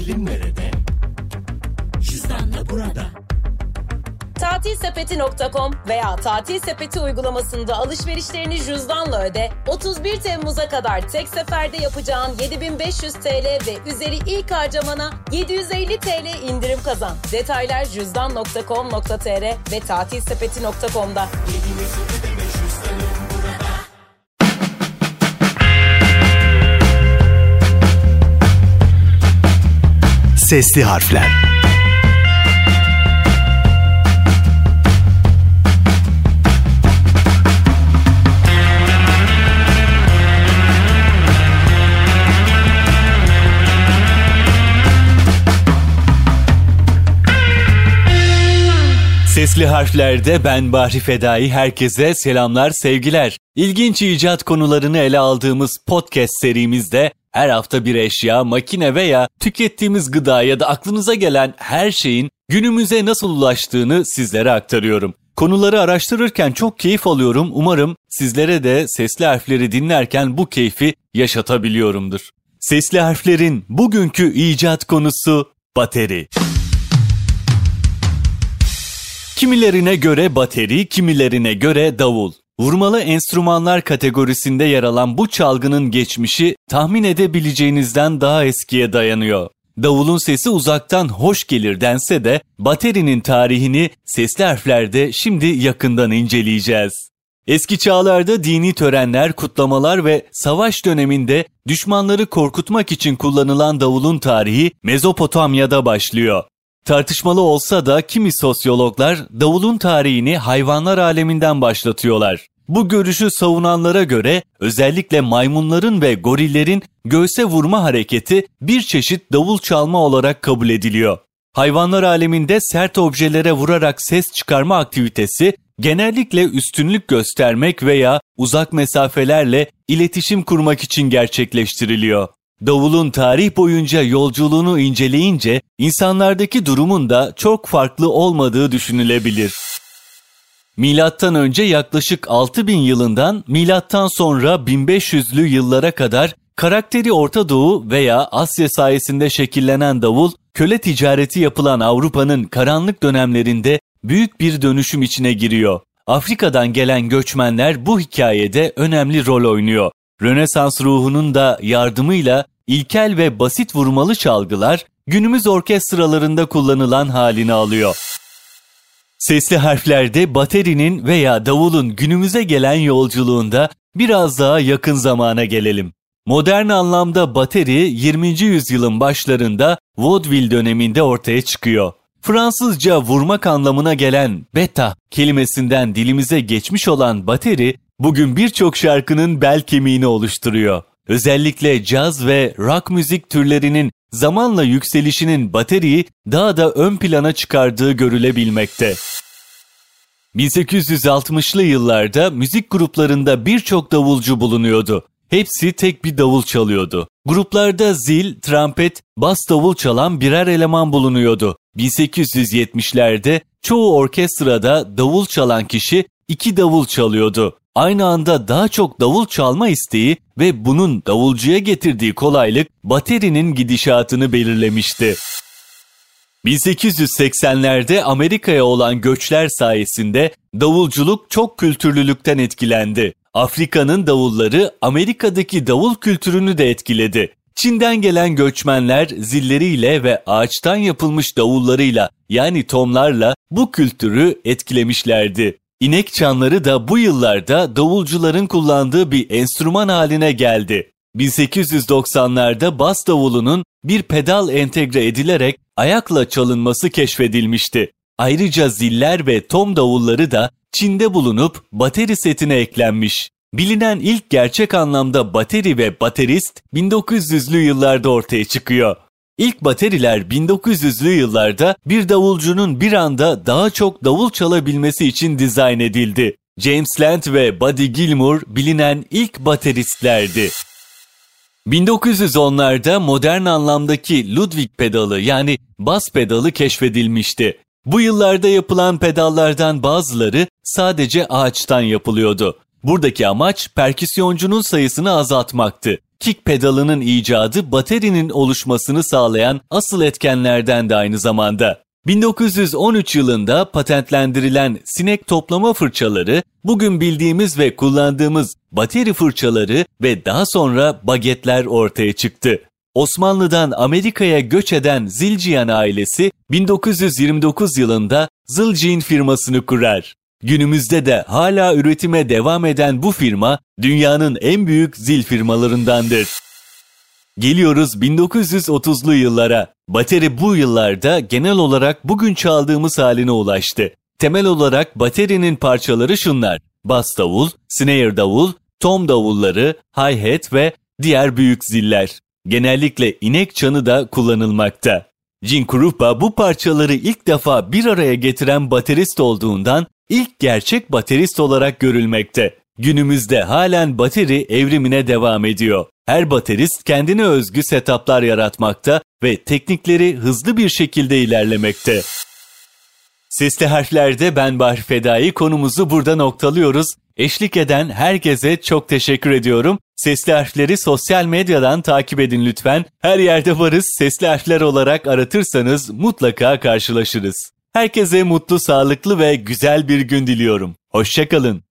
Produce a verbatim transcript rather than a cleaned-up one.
Bilim nerede? Cüzdanla burada. tatil sepeti nokta com veya Tatil Sepeti uygulamasında alışverişlerini cüzdanla öde. otuz bir Temmuz'a kadar tek seferde yapacağın yedi bin beş yüz TL ve üzeri ilk harcamana yedi yüz elli TL indirim kazan. Detaylar cüzdan nokta com nokta tr ve tatil sepeti nokta com'da. Sesli harfler. Sesli harflerde ben Bahri Fedai, herkese selamlar, sevgiler. İlginç icat konularını ele aldığımız podcast serimizde her hafta bir eşya, makine veya tükettiğimiz gıda ya da aklınıza gelen her şeyin günümüze nasıl ulaştığını sizlere aktarıyorum. Konuları araştırırken çok keyif alıyorum. Umarım sizlere de sesli harfleri dinlerken bu keyfi yaşatabiliyorumdur. Sesli harflerin bugünkü icat konusu bateri. Kimilerine göre bateri, kimilerine göre davul. Vurmalı enstrümanlar kategorisinde yer alan bu çalgının geçmişi tahmin edebileceğinizden daha eskiye dayanıyor. Davulun sesi uzaktan hoş gelir dense de baterinin tarihini sesli harflerde şimdi yakından inceleyeceğiz. Eski çağlarda dini törenler, kutlamalar ve savaş döneminde düşmanları korkutmak için kullanılan davulun tarihi Mezopotamya'da başlıyor. Tartışmalı olsa da kimi sosyologlar davulun tarihini hayvanlar aleminden başlatıyorlar. Bu görüşü savunanlara göre özellikle maymunların ve gorillerin göğse vurma hareketi bir çeşit davul çalma olarak kabul ediliyor. Hayvanlar aleminde sert objelere vurarak ses çıkarma aktivitesi genellikle üstünlük göstermek veya uzak mesafelerle iletişim kurmak için gerçekleştiriliyor. Davulun tarih boyunca yolculuğunu inceleyince insanlardaki durumun da çok farklı olmadığı düşünülebilir. Milattan önce yaklaşık altı bin yılından milattan sonra bin beş yüzlü yıllara kadar karakteri Orta Doğu veya Asya sayesinde şekillenen davul, köle ticareti yapılan Avrupa'nın karanlık dönemlerinde büyük bir dönüşüm içine giriyor. Afrika'dan gelen göçmenler bu hikayede önemli rol oynuyor. Rönesans ruhunun da yardımıyla ilkel ve basit vurmalı çalgılar günümüz orkestralarında kullanılan halini alıyor. Sesli harflerde baterinin veya davulun günümüze gelen yolculuğunda biraz daha yakın zamana gelelim. Modern anlamda bateri yirminci yüzyılın başlarında vaudeville döneminde ortaya çıkıyor. Fransızca vurmak anlamına gelen beta kelimesinden dilimize geçmiş olan bateri bugün birçok şarkının bel kemiğini oluşturuyor. Özellikle caz ve rock müzik türlerinin zamanla yükselişinin bateriyi daha da ön plana çıkardığı görülebilmekte. bin sekiz yüz altmışlı yıllarda müzik gruplarında birçok davulcu bulunuyordu. Hepsi tek bir davul çalıyordu. Gruplarda zil, trompet, bas davul çalan birer eleman bulunuyordu. bin sekiz yüz yetmişlerde çoğu orkestrada davul çalan kişi iki davul çalıyordu. Aynı anda daha çok davul çalma isteği ve bunun davulcuya getirdiği kolaylık baterinin gidişatını belirlemişti. bin sekiz yüz seksenlerde Amerika'ya olan göçler sayesinde davulculuk çok kültürlülükten etkilendi. Afrika'nın davulları Amerika'daki davul kültürünü de etkiledi. Çin'den gelen göçmenler zilleriyle ve ağaçtan yapılmış davullarıyla yani tomlarla bu kültürü etkilemişlerdi. İnek çanları da bu yıllarda davulcuların kullandığı bir enstrüman haline geldi. bin sekiz yüz doksanlarda bas davulunun bir pedal entegre edilerek ayakla çalınması keşfedilmişti. Ayrıca ziller ve tom davulları da Çin'de bulunup bateri setine eklenmiş. Bilinen ilk gerçek anlamda bateri ve baterist bin dokuz yüzlü yıllarda ortaya çıkıyor. İlk bateriler bin dokuz yüzlü yıllarda bir davulcunun bir anda daha çok davul çalabilmesi için dizayn edildi. James Land ve Buddy Gilmour bilinen ilk bateristlerdi. bin dokuz yüz onlarda modern anlamdaki Ludwig pedalı yani bas pedalı keşfedilmişti. Bu yıllarda yapılan pedallardan bazıları sadece ağaçtan yapılıyordu. Buradaki amaç perküsyoncunun sayısını azaltmaktı. Kick pedalının icadı baterinin oluşmasını sağlayan asıl etkenlerden de aynı zamanda. bin dokuz yüz on üç yılında patentlendirilen sinek toplama fırçaları, bugün bildiğimiz ve kullandığımız bateri fırçaları ve daha sonra bagetler ortaya çıktı. Osmanlı'dan Amerika'ya göç eden Zildjian ailesi bin dokuz yüz yirmi dokuz yılında Zildjian firmasını kurar. Günümüzde de hala üretime devam eden bu firma dünyanın en büyük zil firmalarındandır. Geliyoruz bin dokuz yüz otuzlu yıllara. Bateri bu yıllarda genel olarak bugün çaldığımız haline ulaştı. Temel olarak baterinin parçaları şunlar: bas davul, snare davul, tom davulları, hi-hat ve diğer büyük ziller. Genellikle inek çanı da kullanılmakta. Gene Krupa bu parçaları ilk defa bir araya getiren baterist olduğundan ilk gerçek baterist olarak görülmekte. Günümüzde halen bateri evrimine devam ediyor. Her baterist kendine özgü setuplar yaratmakta ve teknikleri hızlı bir şekilde ilerlemekte. Sesli harflerde ben Bahri Fedai konumuzu burada noktalıyoruz. Eşlik eden herkese çok teşekkür ediyorum. Sesli harfleri sosyal medyadan takip edin lütfen. Her yerde varız, sesli harfler olarak aratırsanız mutlaka karşılaşırız. Herkese mutlu, sağlıklı ve güzel bir gün diliyorum. Hoşça kalın.